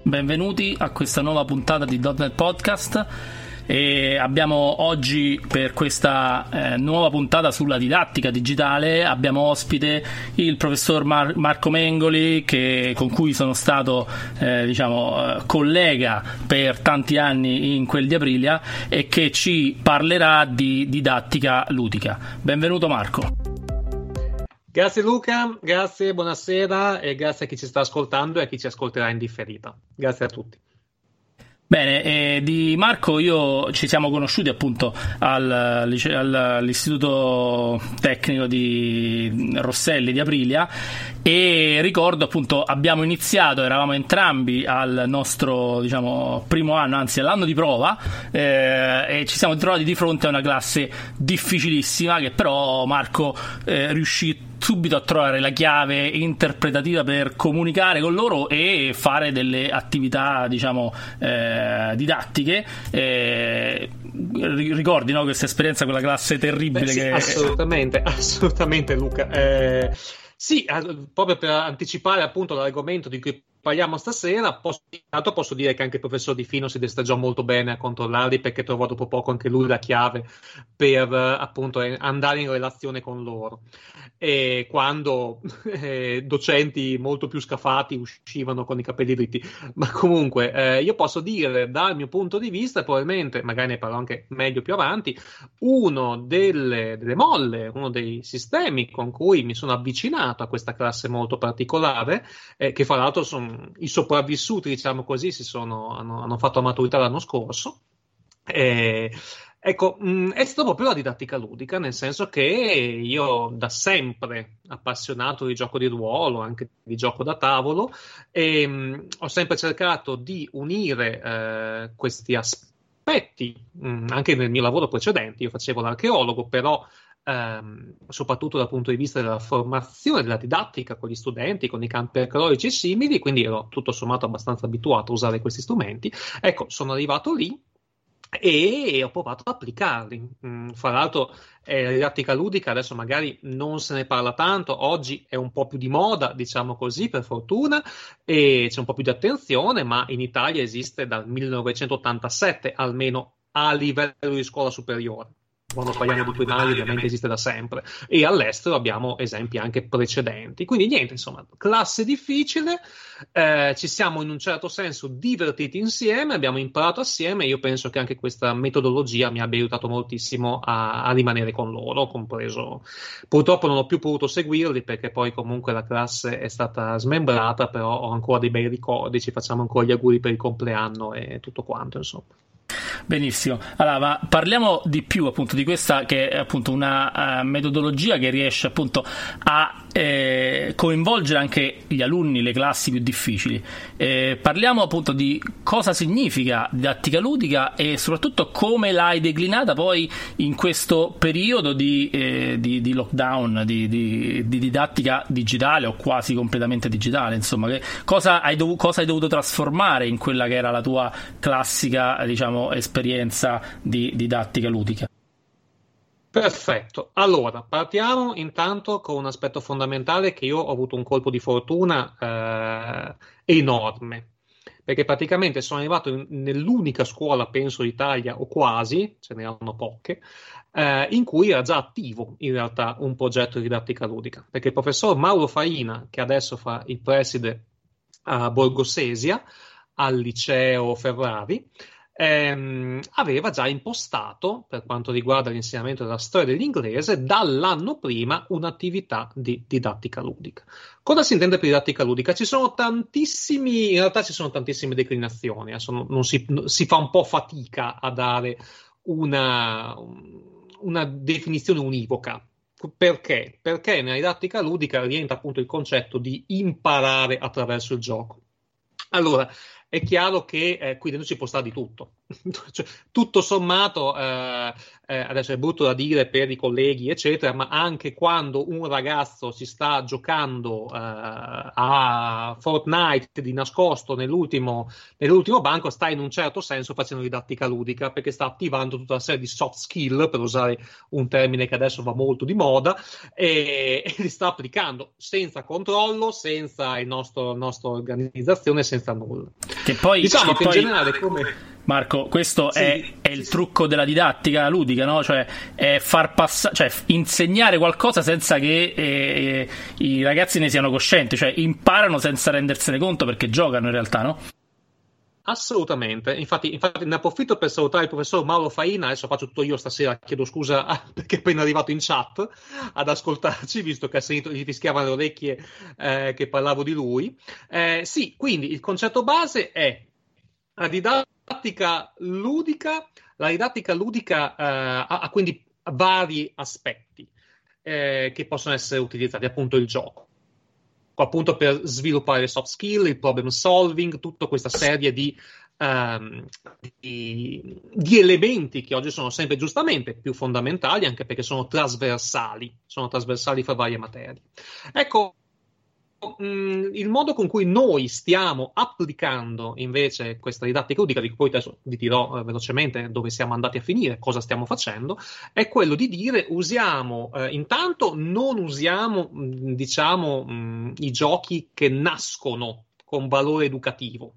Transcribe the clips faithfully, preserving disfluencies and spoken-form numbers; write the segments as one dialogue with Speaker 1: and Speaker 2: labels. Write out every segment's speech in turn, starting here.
Speaker 1: benvenuti a questa nuova puntata di .dot net Podcast. E abbiamo oggi, per questa eh, nuova puntata sulla didattica digitale, abbiamo ospite il professor Mar- Marco Mengoli, che, con cui sono stato eh, diciamo collega per tanti anni in quel di Aprilia, e che ci parlerà di didattica ludica. Benvenuto Marco.
Speaker 2: Grazie Luca, grazie, buonasera e grazie a chi ci sta ascoltando e a chi ci ascolterà in differita. Grazie a tutti.
Speaker 1: Bene, eh, di Marco io ci siamo conosciuti appunto al, all'Istituto Tecnico di Rosselli di Aprilia, e ricordo appunto abbiamo iniziato, eravamo entrambi al nostro diciamo primo anno, anzi all'anno di prova, eh, e ci siamo trovati di fronte a una classe difficilissima, che però Marco eh, riuscì subito a trovare la chiave interpretativa per comunicare con loro e fare delle attività diciamo eh, didattiche. Eh, ricordi, no, questa esperienza con la classe terribile?
Speaker 2: Beh, sì,
Speaker 1: che...
Speaker 2: assolutamente, assolutamente Luca. Eh, sì, proprio per anticipare appunto l'argomento di cui parliamo stasera, posso, intanto posso dire che anche il professor Di Fino si destreggiò molto bene a controllarli, perché trovò dopo poco anche lui la chiave per appunto andare in relazione con loro. E quando eh, docenti molto più scafati uscivano con i capelli dritti. Ma comunque eh, io posso dire dal mio punto di vista, probabilmente magari ne parlo anche meglio più avanti, uno delle, delle molle, uno dei sistemi con cui mi sono avvicinato a questa classe molto particolare, eh, che fra l'altro sono i sopravvissuti, diciamo così, si sono, hanno, hanno fatto maturità l'anno scorso. Eh, Ecco, mh, è stata proprio la didattica ludica, nel senso che io da sempre appassionato di gioco di ruolo, anche di gioco da tavolo, e mh, ho sempre cercato di unire eh, questi aspetti, mh, anche nel mio lavoro precedente. Io facevo l'archeologo, però ehm, soprattutto dal punto di vista della formazione della didattica con gli studenti, con i campi archeologici e simili, quindi ero tutto sommato abbastanza abituato a usare questi strumenti. Ecco, sono arrivato lì e ho provato ad applicarli. Mm, fra l'altro eh, la didattica ludica adesso magari non se ne parla tanto, oggi è un po' più di moda, diciamo così, per fortuna, e c'è un po' più di attenzione, ma in Italia esiste dal millenovecentottantasette almeno a livello di scuola superiore. Quando parliamo di primaria ovviamente esiste da sempre, e all'estero abbiamo esempi anche precedenti. Quindi niente, insomma, classe difficile, eh, ci siamo in un certo senso divertiti insieme, abbiamo imparato assieme, e io penso che anche questa metodologia mi abbia aiutato moltissimo a, a rimanere con loro, compreso. Purtroppo non ho più potuto seguirli, perché poi comunque la classe è stata smembrata, però ho ancora dei bei ricordi, ci facciamo ancora gli auguri per il compleanno e tutto quanto, insomma.
Speaker 1: Benissimo, allora ma parliamo di più appunto di questa, che è appunto una uh, metodologia che riesce appunto a eh, coinvolgere anche gli alunni, le classi più difficili. Eh, parliamo appunto di cosa significa didattica ludica e soprattutto come l'hai declinata poi in questo periodo di, eh, di, di lockdown, di, di, di didattica digitale o quasi completamente digitale, insomma, che cosa hai, dov- cosa hai dovuto trasformare in quella che era la tua classica, diciamo, esperienza di didattica ludica?
Speaker 2: Perfetto, allora partiamo intanto con un aspetto fondamentale, che io ho avuto un colpo di fortuna eh, enorme, perché praticamente sono arrivato in, nell'unica scuola, penso d'Italia, o quasi, ce n'erano poche, eh, in cui era già attivo in realtà un progetto di didattica ludica, perché il professor Mauro Faina, che adesso fa il preside a Borgosesia, al liceo Ferrari, Ehm, aveva già impostato, per quanto riguarda l'insegnamento della storia dell'inglese, dall'anno prima un'attività di didattica ludica. Cosa si intende per didattica ludica? Ci sono tantissimi, in realtà ci sono tantissime declinazioni, adesso non, non si, si fa un po' fatica a dare una, una definizione univoca. Perché? Perché nella didattica ludica rientra appunto il concetto di imparare attraverso il gioco. Allora, è chiaro che eh, qui dentro ci può stare di tutto. Cioè, tutto sommato, eh, eh, adesso è brutto da dire per i colleghi, eccetera, ma anche quando un ragazzo si sta giocando eh, a Fortnite di nascosto nell'ultimo, nell'ultimo banco, sta in un certo senso facendo didattica ludica, perché sta attivando tutta una serie di soft skill, per usare un termine che adesso va molto di moda, e, e li sta applicando senza controllo, senza il nostro, nostra organizzazione, senza nulla.
Speaker 1: Che poi,
Speaker 2: diciamo
Speaker 1: che
Speaker 2: che
Speaker 1: poi...
Speaker 2: in generale come...
Speaker 1: Marco, questo
Speaker 2: sì,
Speaker 1: è, è il
Speaker 2: sì,
Speaker 1: trucco
Speaker 2: sì.
Speaker 1: della didattica ludica, no? Cioè è far passare, cioè insegnare qualcosa senza che eh, i ragazzi ne siano coscienti, cioè imparano senza rendersene conto perché giocano in realtà, no?
Speaker 2: Assolutamente, infatti, infatti ne approfitto per salutare il professor Mauro Faina, adesso faccio tutto io stasera, chiedo scusa ah, perché è appena arrivato in chat ad ascoltarci, visto che ha sentito, gli fischiavano le orecchie eh, che parlavo di lui. Eh, sì, quindi il concetto base è la didattica ludica, la didattica ludica eh, ha, ha quindi vari aspetti eh, che possono essere utilizzati, appunto il gioco, appunto per sviluppare le soft skill, il problem solving, tutta questa serie di, um, di, di elementi che oggi sono sempre giustamente più fondamentali, anche perché sono trasversali, sono trasversali fra varie materie. Ecco, mh, il modo con cui noi stiamo applicando invece questa didattica ludica, di cui poi adesso vi dirò eh, velocemente dove siamo andati a finire, cosa stiamo facendo, è quello di dire usiamo, eh, intanto non usiamo, mh, diciamo, mh, i giochi che nascono con valore educativo,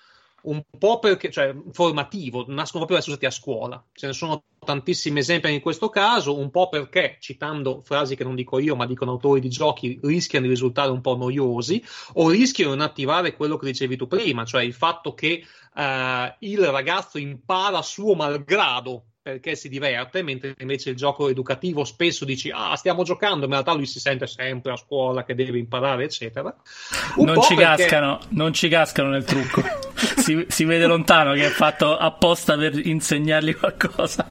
Speaker 2: un po' perché, cioè formativo, nascono proprio adesso usati a scuola. Ce ne sono tantissimi esempi in questo caso, un po' perché, citando frasi che non dico io, ma dicono autori di giochi, rischiano di risultare un po' noiosi, o rischiano di non attivare quello che dicevi tu prima, cioè il fatto che uh, il ragazzo impara a suo malgrado perché si diverte, mentre invece il gioco educativo spesso dici ah stiamo giocando, ma in realtà lui si sente sempre a scuola che deve imparare eccetera. Un
Speaker 1: non
Speaker 2: po'
Speaker 1: ci
Speaker 2: perché...
Speaker 1: cascano non ci cascano nel trucco. si, si vede lontano che è fatto apposta per insegnargli qualcosa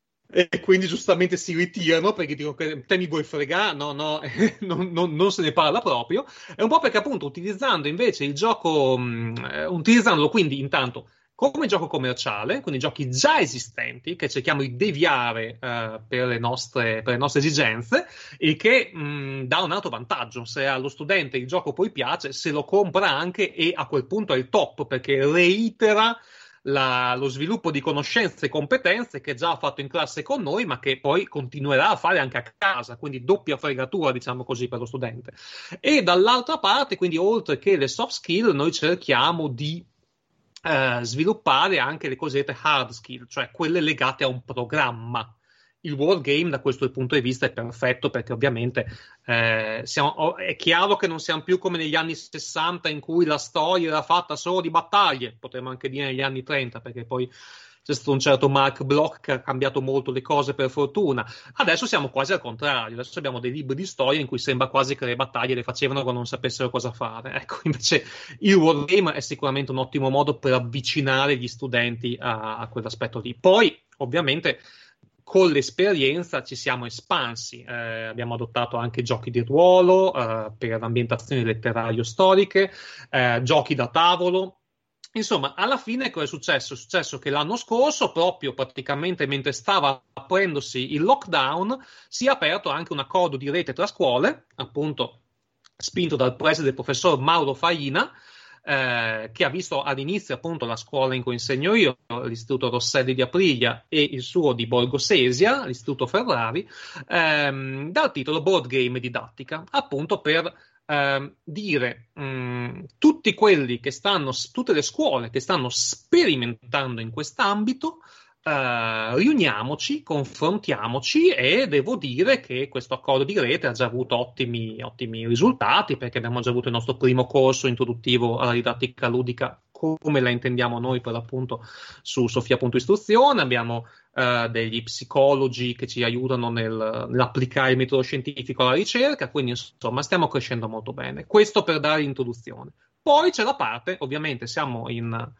Speaker 2: e quindi giustamente si ritirano perché dicono che te mi vuoi fregare, no no non, non, non se ne parla proprio. È un po' perché appunto utilizzando invece il gioco mh, utilizzandolo quindi intanto come gioco commerciale, quindi giochi già esistenti che cerchiamo di deviare uh, per, le nostre, per le nostre esigenze, e che mh, dà un altro vantaggio. Se allo studente il gioco poi piace, se lo compra anche, e a quel punto è il top, perché reitera la, lo sviluppo di conoscenze e competenze che già ha fatto in classe con noi, ma che poi continuerà a fare anche a casa, quindi doppia fregatura, diciamo così, per lo studente. E dall'altra parte, quindi oltre che le soft skill, noi cerchiamo di Uh, sviluppare anche le cosiddette hard skill, cioè quelle legate a un programma. Il wargame da questo punto di vista è perfetto perché ovviamente eh, siamo, è chiaro che non siamo più come negli anni sessanta in cui la storia era fatta solo di battaglie, potremmo anche dire negli anni trenta, perché poi c'è stato un certo Mark Bloch che ha cambiato molto le cose, per fortuna. Adesso siamo quasi al contrario, adesso abbiamo dei libri di storia in cui sembra quasi che le battaglie le facevano quando non sapessero cosa fare. Ecco, invece il wargame è sicuramente un ottimo modo per avvicinare gli studenti a, a quell'aspetto lì. Poi, ovviamente, con l'esperienza ci siamo espansi, eh, abbiamo adottato anche giochi di ruolo eh, per ambientazioni letterario-storiche, eh, giochi da tavolo. Insomma, alla fine cosa è successo? È successo che l'anno scorso, proprio praticamente mentre stava aprendosi il lockdown, si è aperto anche un accordo di rete tra scuole, appunto spinto dal preside del professor Mauro Faina, eh, che ha visto all'inizio appunto la scuola in cui insegno io, l'Istituto Rosselli di Aprilia, e il suo di Borgo Sesia, l'Istituto Ferrari, ehm, dal titolo Board Game Didattica, appunto per Uh, dire um, tutti quelli che stanno, tutte le scuole che stanno sperimentando in quest'ambito, uh, riuniamoci, confrontiamoci, e devo dire che questo accordo di rete ha già avuto ottimi, ottimi risultati, perché abbiamo già avuto il nostro primo corso introduttivo alla didattica ludica come la intendiamo noi per l'appunto su Sofia punto istruzione, abbiamo uh, degli psicologi che ci aiutano nel, nell'applicare il metodo scientifico alla ricerca, quindi insomma stiamo crescendo molto bene. Questo per dare l'introduzione. Poi c'è la parte, ovviamente siamo in...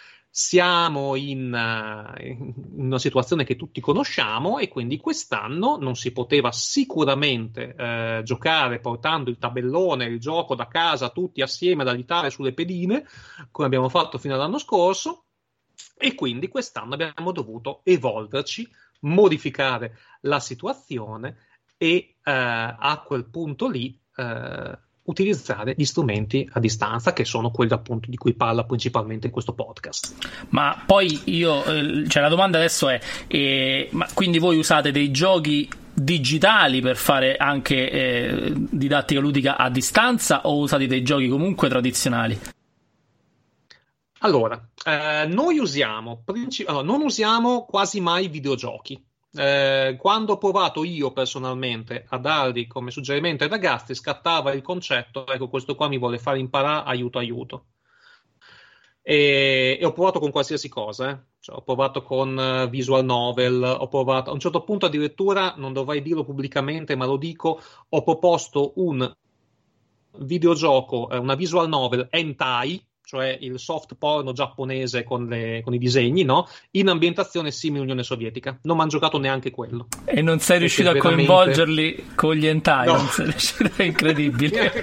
Speaker 2: Siamo in, uh, in una situazione che tutti conosciamo, e quindi quest'anno non si poteva sicuramente uh, giocare portando il tabellone, il gioco da casa tutti assieme ad agitare sulle pedine come abbiamo fatto fino all'anno scorso, e quindi quest'anno abbiamo dovuto evolverci, modificare la situazione e uh, a quel punto lì uh, utilizzare gli strumenti a distanza, che sono quelli appunto di cui parla principalmente in questo podcast.
Speaker 1: Ma poi io, eh, cioè la domanda adesso è, eh, ma quindi voi usate dei giochi digitali per fare anche eh, didattica ludica a distanza, o usate dei giochi comunque tradizionali?
Speaker 2: Allora, eh, noi usiamo, princip- allora, non usiamo quasi mai videogiochi. Eh, quando ho provato io personalmente a darli come suggerimento ai ragazzi, scattava il concetto, ecco, questo qua mi vuole fare imparare, aiuto, aiuto. E, e ho provato con qualsiasi cosa, eh. Cioè, ho provato con uh, visual novel, ho provato, a un certo punto addirittura, non dovrei dirlo pubblicamente, ma lo dico, ho proposto un videogioco, eh, una visual novel hentai, cioè il soft porno giapponese con, le, con i disegni, no? In ambientazione simile Unione Sovietica. Non mi hanno giocato neanche quello.
Speaker 1: E non sei riuscito a
Speaker 2: veramente...
Speaker 1: coinvolgerli con gli hentai?
Speaker 2: No.
Speaker 1: Non sei riuscito, è incredibile.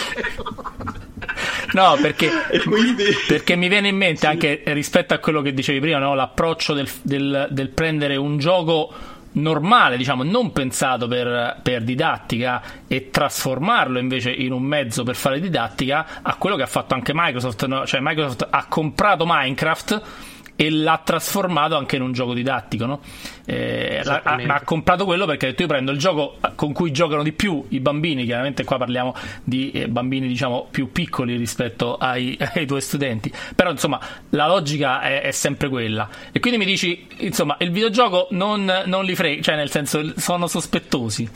Speaker 1: No, perché,
Speaker 2: quindi...
Speaker 1: perché mi viene in mente
Speaker 2: sì.
Speaker 1: anche rispetto a quello che dicevi prima, no? L'approccio del, del, del prendere un gioco normale, diciamo, non pensato per, per didattica e trasformarlo invece in un mezzo per fare didattica, a quello che ha fatto anche Microsoft, no? Cioè Microsoft ha comprato Minecraft e l'ha trasformato anche in un gioco didattico, no? Eh, la, ha, ma ha comprato quello perché ha detto: io prendo il gioco con cui giocano di più i bambini, chiaramente qua parliamo di eh, bambini diciamo più piccoli rispetto ai, ai tuoi studenti, però insomma la logica è, è sempre quella. E quindi mi dici, insomma, il videogioco non, non li frega, cioè nel senso sono sospettosi.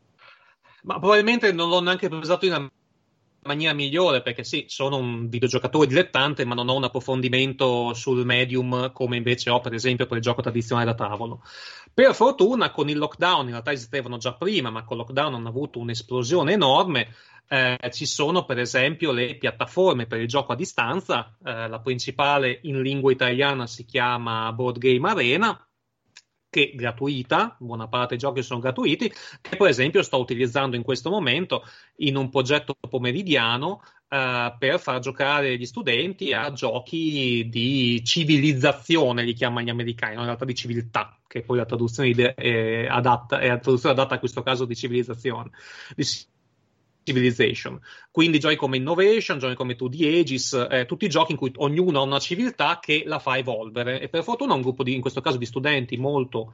Speaker 2: Ma probabilmente non l'ho neanche pensato in una maniera migliore, perché sì, sono un videogiocatore dilettante, ma non ho un approfondimento sul medium come invece ho per esempio per il gioco tradizionale da tavolo. Per fortuna con il lockdown, in realtà esistevano già prima, ma con il lockdown hanno avuto un'esplosione enorme. Eh, ci sono per esempio le piattaforme per il gioco a distanza, eh, la principale in lingua italiana si chiama Board Game Arena, che è gratuita, buona parte dei giochi sono gratuiti, che per esempio sto utilizzando in questo momento in un progetto pomeridiano uh, per far giocare gli studenti a giochi di civilizzazione, li chiamano gli americani, no? In realtà di civiltà, che poi la traduzione de- è adatta, è la traduzione adatta a questo caso di civilizzazione, di Civilization. Quindi giochi come Innovation, giochi come due D Aegis, eh, tutti i giochi in cui ognuno ha una civiltà che la fa evolvere, e per fortuna un gruppo di, in questo caso di studenti molto,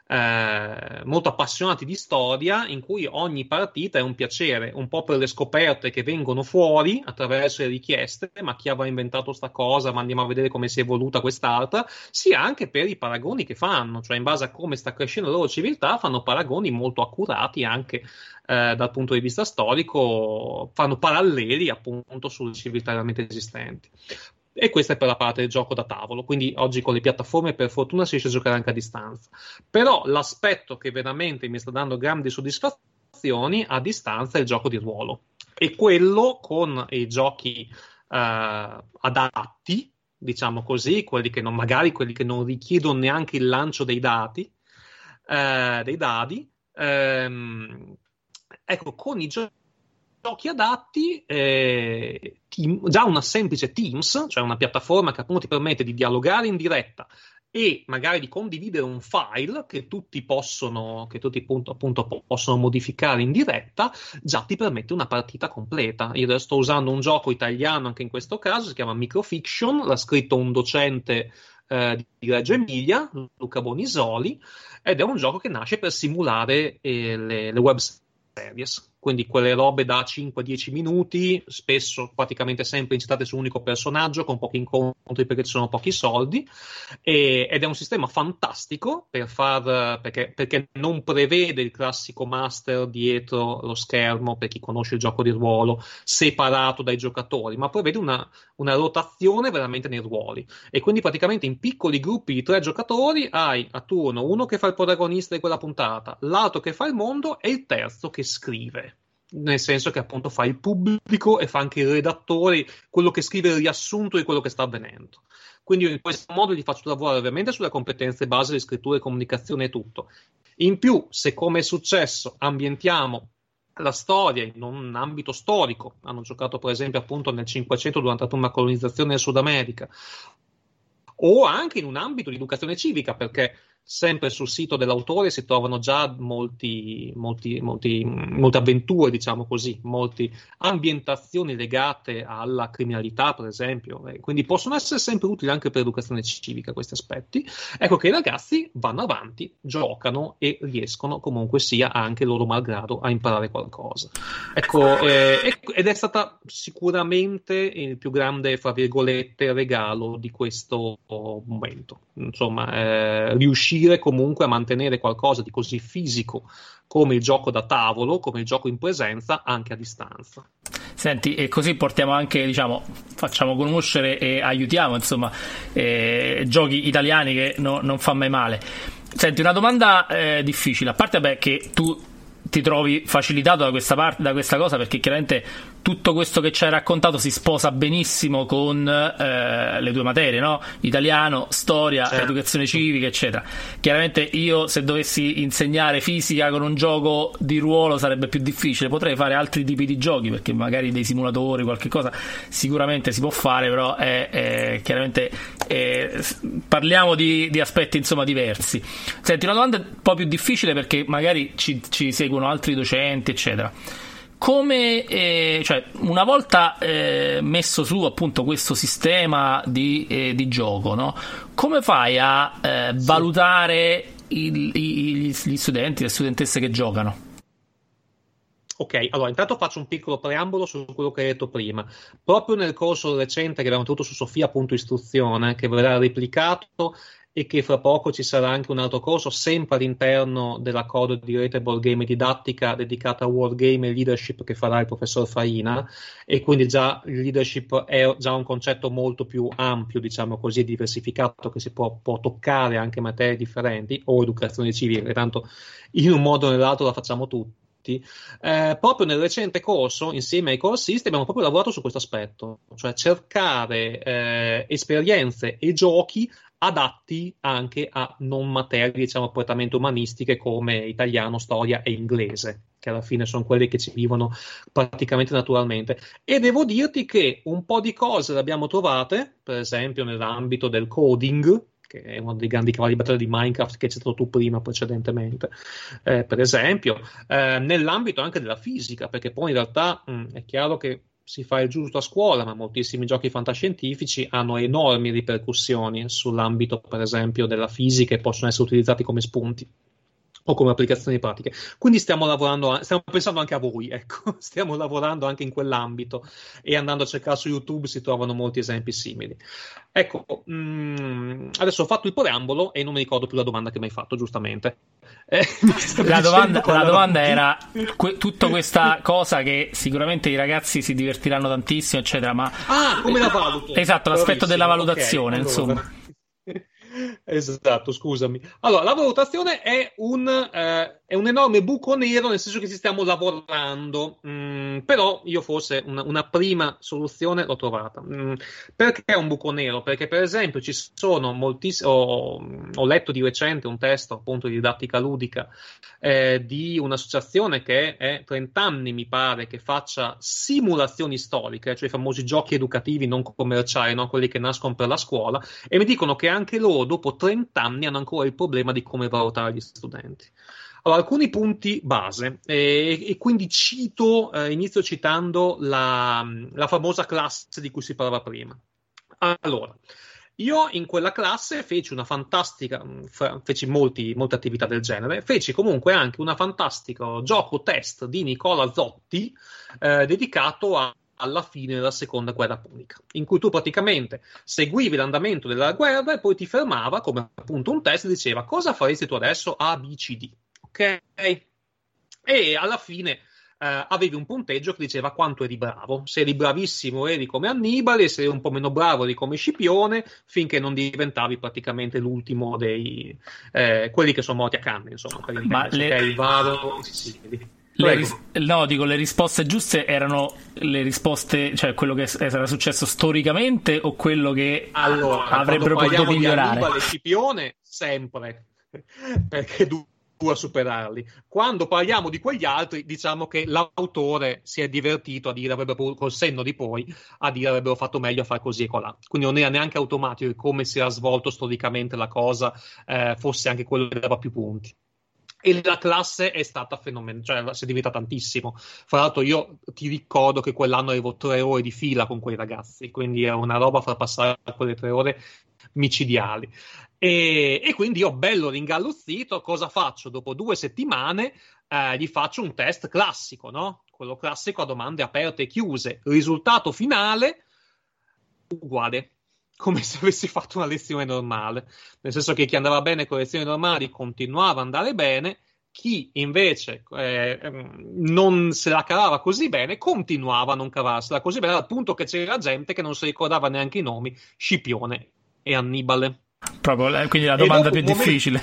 Speaker 2: eh, molto appassionati di storia, in cui ogni partita è un piacere, un po' per le scoperte che vengono fuori attraverso le richieste, ma chi avrà inventato sta cosa, ma andiamo a vedere come si è evoluta quest'altra, sia anche per i paragoni che fanno, cioè in base a come sta crescendo la loro civiltà fanno paragoni molto accurati anche Eh, dal punto di vista storico, fanno paralleli appunto sulle civiltà realmente esistenti. E questa è per la parte del gioco da tavolo, quindi oggi con le piattaforme per fortuna si riesce a giocare anche a distanza. Però l'aspetto che veramente mi sta dando grandi soddisfazioni a distanza è il gioco di ruolo, e quello con i giochi eh, adatti, diciamo così, quelli che non, magari quelli che non richiedono neanche il lancio dei dati, eh, dei dadi, ehm, ecco, con i gio- giochi adatti, eh, team, già una semplice Teams, cioè una piattaforma che appunto ti permette di dialogare in diretta e magari di condividere un file che tutti possono, che tutti appunto, appunto possono modificare in diretta, già ti permette una partita completa. Io adesso sto usando un gioco italiano anche in questo caso, si chiama Microfiction, l'ha scritto un docente eh, di Reggio Emilia, Luca Bonisoli, ed è un gioco che nasce per simulare eh, le, le web series, quindi quelle robe da cinque dieci minuti, spesso praticamente sempre incitate su un unico personaggio con pochi incontri perché ci sono pochi soldi, e, ed è un sistema fantastico per far, perché, perché non prevede il classico master dietro lo schermo, per chi conosce il gioco di ruolo, separato dai giocatori, ma prevede una, una rotazione veramente nei ruoli, e quindi praticamente in piccoli gruppi di tre giocatori hai a turno uno che fa il protagonista di quella puntata, l'altro che fa il mondo e il terzo che scrive, nel senso che appunto fa il pubblico e fa anche il redattore, quello che scrive il riassunto di quello che sta avvenendo. Quindi io in questo modo gli faccio lavorare ovviamente sulle competenze base di scrittura e comunicazione e tutto. In più, se come è successo ambientiamo la storia in un ambito storico, hanno giocato per esempio appunto nel Cinquecento durante la prima colonizzazione del Sud America, o anche in un ambito di educazione civica, perché sempre sul sito dell'autore si trovano già molti, molti, molti, molte avventure, diciamo così, molte ambientazioni legate alla criminalità, per esempio, e quindi possono essere sempre utili anche per l'educazione civica questi aspetti. Ecco che i ragazzi vanno avanti, giocano e riescono comunque sia anche loro malgrado a imparare qualcosa. Ecco, eh, ed è stata sicuramente il più grande, fra virgolette, regalo di questo momento. Insomma, eh, riuscire comunque a mantenere qualcosa di così fisico come il gioco da tavolo, come il gioco in presenza, anche a distanza.
Speaker 1: Senti, e così portiamo anche, diciamo, facciamo conoscere e aiutiamo, insomma, eh, giochi italiani che no, non fa mai male. Senti, una domanda eh, difficile, a parte beh, che tu ti trovi facilitato da questa parte, da questa cosa, perché chiaramente tutto questo che ci hai raccontato si sposa benissimo con eh, le tue materie, no? Italiano, storia, certo, educazione civica, eccetera. Chiaramente io, se dovessi insegnare fisica con un gioco di ruolo, sarebbe più difficile. Potrei fare altri tipi di giochi, perché magari dei simulatori, qualche cosa sicuramente si può fare, però è, è, chiaramente è, parliamo di, di aspetti, insomma, diversi. Senti, una domanda un po' più difficile, perché magari ci, ci seguono altri docenti, eccetera. Come, eh, cioè, una volta eh, messo su appunto questo sistema di, eh, di gioco, no? Come fai a eh, sì. valutare il, i, gli studenti, le studentesse che giocano?
Speaker 2: Ok, allora intanto faccio un piccolo preambolo su quello che hai detto prima. Proprio nel corso recente che abbiamo tenuto su Sofia.istruzione, che verrà replicato e che fra poco ci sarà anche un altro corso sempre all'interno dell'accordo di rete Board Game e Didattica dedicata a Wargame e Leadership che farà il professor Faina, e quindi già il leadership è già un concetto molto più ampio, diciamo così, diversificato, che si può, può toccare anche materie differenti o educazione civica, che tanto in un modo o nell'altro la facciamo tutti. Eh, proprio nel recente corso, insieme ai corsisti, abbiamo proprio lavorato su questo aspetto, cioè cercare eh, esperienze e giochi adatti anche a non materie, diciamo, prettamente umanistiche come italiano, storia e inglese, che alla fine sono quelle che ci vivono praticamente naturalmente. E devo dirti che un po' di cose le abbiamo trovate, per esempio nell'ambito del coding, che è uno dei grandi cavalli di battaglia di Minecraft che hai citato tu prima precedentemente, eh, per esempio, eh, nell'ambito anche della fisica, perché poi in realtà mh, è chiaro che si fa il giusto a scuola, ma moltissimi giochi fantascientifici hanno enormi ripercussioni sull'ambito, per esempio, della fisica e possono essere utilizzati come spunti o come applicazioni pratiche. Quindi stiamo lavorando, stiamo pensando anche a voi, ecco, stiamo lavorando anche in quell'ambito, e andando a cercare su YouTube si trovano molti esempi simili. Ecco, mh, adesso ho fatto il preambolo e non mi ricordo più la domanda che mi hai fatto, giustamente.
Speaker 1: Eh, la domanda, la domanda era que- tutta questa cosa che sicuramente i ragazzi si divertiranno tantissimo, eccetera, ma
Speaker 2: ah, come la valuto?
Speaker 1: Esatto, l'aspetto della valutazione, okay,
Speaker 2: allora.
Speaker 1: insomma.
Speaker 2: Esatto, scusami. Allora, la valutazione è un, eh, è un enorme buco nero, nel senso che ci stiamo lavorando, mm, però io forse una, una prima soluzione l'ho trovata. Mm, perché è un buco nero? Perché per esempio ci sono moltissimi, ho, ho letto di recente un testo appunto di didattica ludica eh, di un'associazione che è trenta anni mi pare che faccia simulazioni storiche, cioè i famosi giochi educativi non commerciali, no? Quelli che nascono per la scuola, e mi dicono che anche loro dopo trenta anni hanno ancora il problema di come valutare gli studenti. Allora, alcuni punti base, e, e quindi cito, eh, inizio citando la, la famosa classe di cui si parlava prima. Allora, io in quella classe feci una fantastica, feci molti, molte attività del genere, feci comunque anche una fantastica gioco test di Nicola Zotti eh, dedicato a alla fine della seconda guerra punica, in cui tu praticamente seguivi l'andamento della guerra e poi ti fermava, come appunto un test, diceva cosa faresti tu adesso A, B, C, D, ok? E alla fine eh, avevi un punteggio che diceva quanto eri bravo, se eri bravissimo eri come Annibale, se eri un po' meno bravo eri come Scipione, finché non diventavi praticamente l'ultimo dei eh, quelli che sono morti a canne, insomma, per
Speaker 1: Ma le...
Speaker 2: okay, il Varo e Sicili.
Speaker 1: Le ris- no, dico, le risposte giuste erano le risposte, cioè quello che era successo storicamente o quello che
Speaker 2: allora,
Speaker 1: avrebbero potuto migliorare?
Speaker 2: Annibale e Scipione sempre, perché a superarli. Quando parliamo di quegli altri, diciamo che l'autore si è divertito a dire, avrebbe col senno di poi, a dire avrebbero fatto meglio a fare così e colà. Quindi non era neanche automatico che come si era svolto storicamente la cosa eh, fosse anche quello che dava più punti. E la classe è stata fenomenale, cioè si è divertita tantissimo. Fra l'altro io ti ricordo che quell'anno avevo tre ore di fila con quei ragazzi, quindi è una roba a far passare quelle tre ore micidiali. E, e quindi io, bello ringalluzzito, cosa faccio? Dopo due settimane eh, gli faccio un test classico, no? Quello classico a domande aperte e chiuse. Risultato finale uguale, come se avessi fatto una lezione normale, nel senso che chi andava bene con le lezioni normali continuava ad andare bene, chi invece eh, non se la cavava così bene continuava a non cavarsela così bene, al punto che c'era gente che non si ricordava neanche i nomi, Scipione e Annibale.
Speaker 1: Proprio, quindi la domanda più momento... difficile.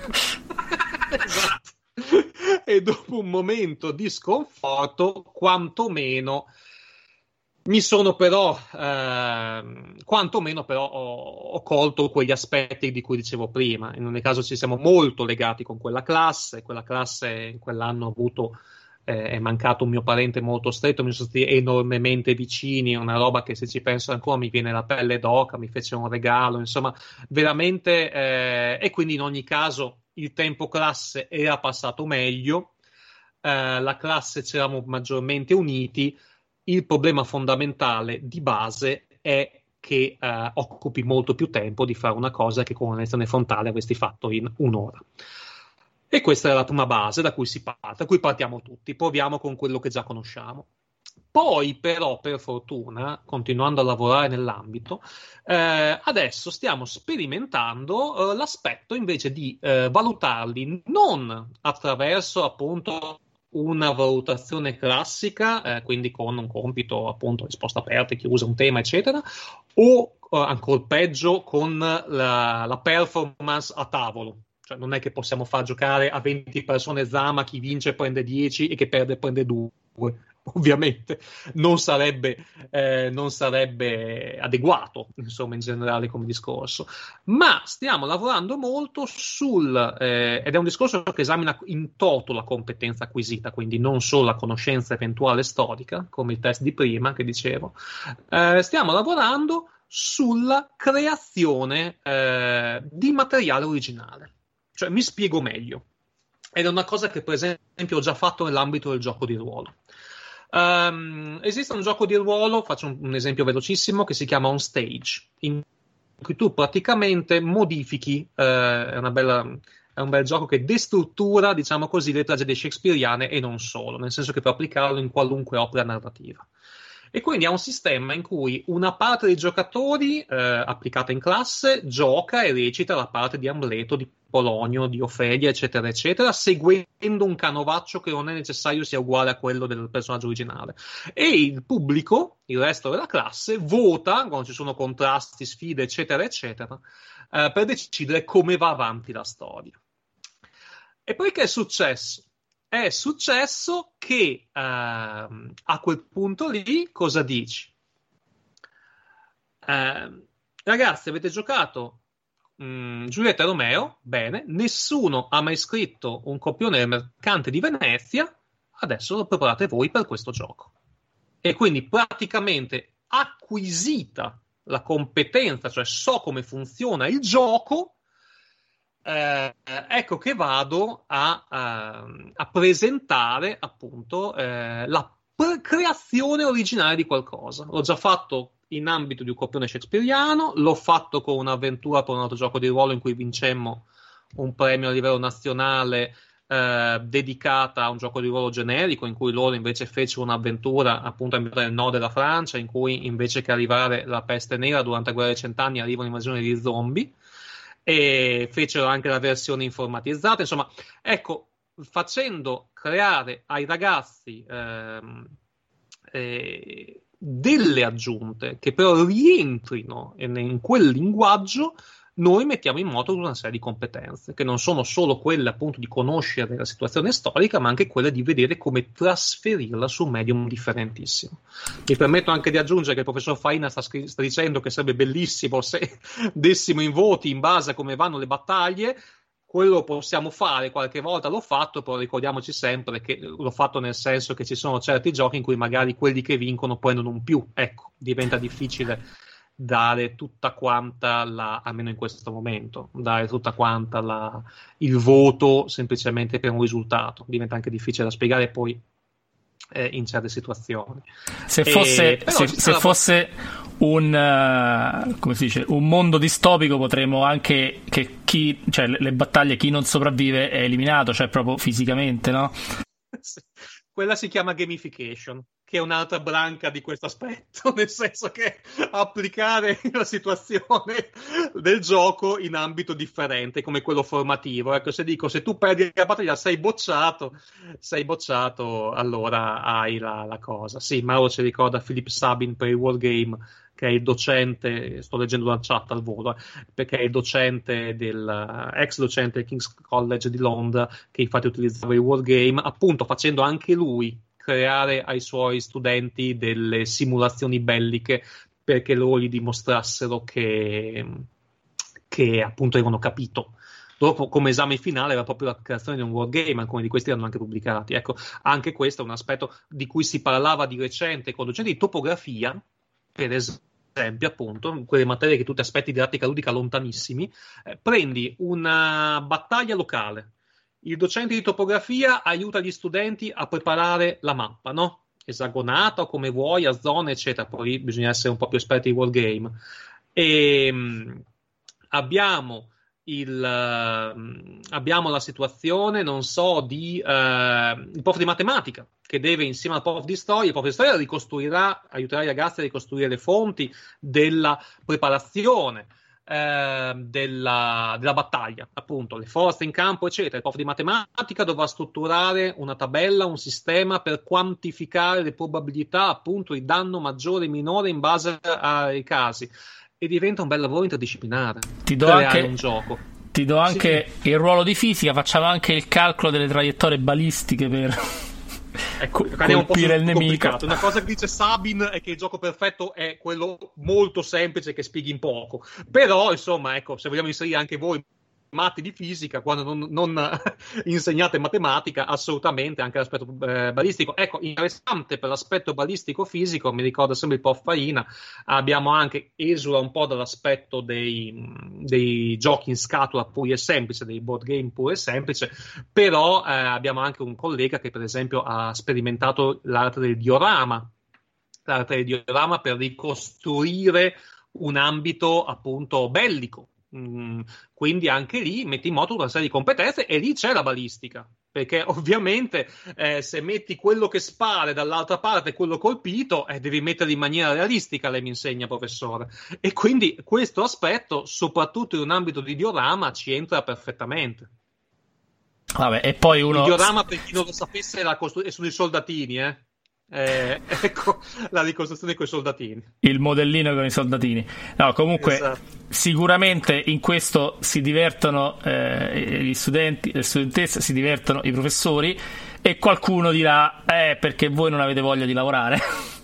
Speaker 2: Esatto. E dopo un momento di sconforto, quantomeno mi sono però eh, quantomeno però ho, ho colto quegli aspetti di cui dicevo prima. In ogni caso ci siamo molto legati con quella classe, quella classe in quell'anno ha avuto eh, è mancato un mio parente molto stretto, mi sono stati enormemente vicini, una roba che se ci penso ancora mi viene la pelle d'oca, mi fece un regalo, insomma veramente eh, e quindi in ogni caso il tempo classe era passato meglio, eh, la classe c'eravamo maggiormente uniti. Il problema fondamentale di base è che eh, occupi molto più tempo di fare una cosa che con una lezione frontale avresti fatto in un'ora. E questa è la prima base da cui si parte, da cui partiamo tutti, proviamo con quello che già conosciamo. Poi però, per fortuna, continuando a lavorare nell'ambito, eh, adesso stiamo sperimentando eh, l'aspetto invece di eh, valutarli non attraverso appunto una valutazione classica, eh, quindi con un compito appunto risposta aperta, chi usa un tema eccetera, o eh, ancora peggio con la, la performance a tavolo. Cioè non è che possiamo far giocare a venti persone Zama, chi vince prende dieci e chi perde prende due. Ovviamente non sarebbe, eh, non sarebbe adeguato, insomma, in generale come discorso. Ma stiamo lavorando molto sul, eh, ed è un discorso che esamina in toto la competenza acquisita, quindi non solo la conoscenza eventuale storica, come il test di prima che dicevo. Eh, stiamo lavorando sulla creazione eh, di materiale originale. Cioè, mi spiego meglio. Ed è una cosa che, per esempio, ho già fatto nell'ambito del gioco di ruolo. Um, esiste un gioco di ruolo, faccio un, un esempio velocissimo, che si chiama On Stage, in cui tu praticamente modifichi, eh, è, una bella, è un bel gioco che destruttura, diciamo così, le tragedie shakespeariane e non solo, nel senso che puoi applicarlo in qualunque opera narrativa. E quindi ha un sistema in cui una parte dei giocatori, eh, applicata in classe, gioca e recita la parte di Amleto, di Polonio, di Ofelia, eccetera, eccetera, seguendo un canovaccio che non è necessario sia uguale a quello del personaggio originale. E il pubblico, il resto della classe, vota, quando ci sono contrasti, sfide, eccetera, eccetera, eh, per decidere come va avanti la storia. E poi che è successo? È successo che uh, a quel punto lì cosa dici? Uh, ragazzi, avete giocato um, Giulietta e Romeo? Bene, nessuno ha mai scritto un copione del Mercante di Venezia, adesso lo preparate voi per questo gioco. E quindi praticamente acquisita la competenza, cioè so come funziona il gioco, Eh, ecco che vado a, a, a presentare appunto eh, la pre- creazione originale di qualcosa. L'ho già fatto in ambito di un copione shakespeariano, l'ho fatto con un'avventura per un altro gioco di ruolo in cui vincemmo un premio a livello nazionale eh, dedicata a un gioco di ruolo generico, in cui loro invece fecero un'avventura appunto nel nord della Francia, in cui invece che arrivare la peste nera durante la guerra dei cent'anni arriva un'invasione di zombie. E fecero anche la versione informatizzata, insomma, ecco, facendo creare ai ragazzi ehm, eh, delle aggiunte che però rientrino in, in quel linguaggio, noi mettiamo in moto una serie di competenze che non sono solo quelle appunto di conoscere la situazione storica, ma anche quelle di vedere come trasferirla su un medium differentissimo. Mi permetto anche di aggiungere che il professor Faina sta, scri- sta dicendo che sarebbe bellissimo se dessimo in voti in base a come vanno le battaglie. quello possiamo fare, qualche volta l'ho fatto, però ricordiamoci sempre che l'ho fatto nel senso che ci sono certi giochi in cui magari quelli che vincono prendono un più, ecco, diventa difficile dare tutta quanta la, almeno in questo momento, dare tutta quanta la, il voto semplicemente per un risultato, diventa anche difficile da spiegare poi eh, in certe situazioni.
Speaker 1: Se fosse,
Speaker 2: e,
Speaker 1: se, se fosse un, uh, come si dice, un mondo distopico, potremmo anche che chi, cioè le, le battaglie, chi non sopravvive è eliminato, cioè proprio fisicamente, no?
Speaker 2: Quella si chiama gamification, che è un'altra branca di questo aspetto, nel senso che applicare la situazione del gioco in ambito differente, come quello formativo. Ecco, se dico, se tu perdi la battaglia sei bocciato, sei bocciato, allora hai la, la cosa. Sì, Mauro ci ricorda Philip Sabin per il Wargame, che è il docente, sto leggendo una chat al volo, perché è il docente del ex docente del King's College di Londra, che infatti utilizzava il Wargame, appunto facendo anche lui creare ai suoi studenti delle simulazioni belliche, perché loro gli dimostrassero che, che appunto avevano capito. Dopo, come esame finale, era proprio la creazione di un wargame, alcuni di questi erano anche pubblicati. Ecco, anche questo è un aspetto di cui si parlava di recente con docenti di topografia, per esempio, appunto, quelle materie che tu ti aspetti didattica ludica lontanissimi, eh, prendi una battaglia locale, il docente di topografia aiuta gli studenti a preparare la mappa, no? Esagonata o come vuoi, a zone, eccetera, poi bisogna essere un po' più esperti di wargame. E mh, abbiamo il, uh, abbiamo la situazione, non so, di uh, il prof di matematica, che deve insieme al prof di storia, il prof di storia ricostruirà, aiuterà i ragazzi a ricostruire le fonti della preparazione eh, della, della battaglia, appunto, le forze in campo, eccetera. Il prof di matematica dovrà strutturare una tabella, un sistema per quantificare le probabilità, appunto, di danno maggiore e minore in base ai casi. E diventa un bel lavoro interdisciplinare.
Speaker 1: Ti do anche
Speaker 2: un gioco.
Speaker 1: Ti do anche sì. Il ruolo di fisica, facciamo anche il calcolo delle traiettorie balistiche per
Speaker 2: ecco,
Speaker 1: colpire il nemico.
Speaker 2: Una cosa che dice Sabin è che il gioco perfetto è quello molto semplice che spieghi in poco. Però, insomma, ecco, se vogliamo inserire anche voi matti di fisica, quando non, non insegnate matematica, assolutamente anche l'aspetto eh, balistico. Ecco, interessante per l'aspetto balistico fisico, mi ricorda sempre il prof Faina, abbiamo anche, esula un po' dall'aspetto dei, dei giochi in scatola puri e semplice, dei board game puri e semplice, però eh, abbiamo anche un collega che per esempio ha sperimentato l'arte del diorama, l'arte del diorama per ricostruire un ambito appunto bellico. Mm, quindi anche lì metti in moto una serie di competenze e lì c'è la balistica, perché ovviamente eh, se metti quello che spara dall'altra parte e quello colpito eh, devi metterli in maniera realistica, lei mi insegna, professore, e quindi questo aspetto soprattutto in un ambito di diorama ci entra perfettamente.
Speaker 1: Vabbè, e poi uno...
Speaker 2: il diorama, per chi non lo sapesse, la costru... sono i soldatini, eh Eh, ecco la ricostruzione con i soldatini,
Speaker 1: il modellino con i soldatini. No, comunque
Speaker 2: esatto.
Speaker 1: Sicuramente in questo si divertono eh, gli studenti, le studentesse, si divertono i professori, e qualcuno dirà eh perché voi non avete voglia di lavorare.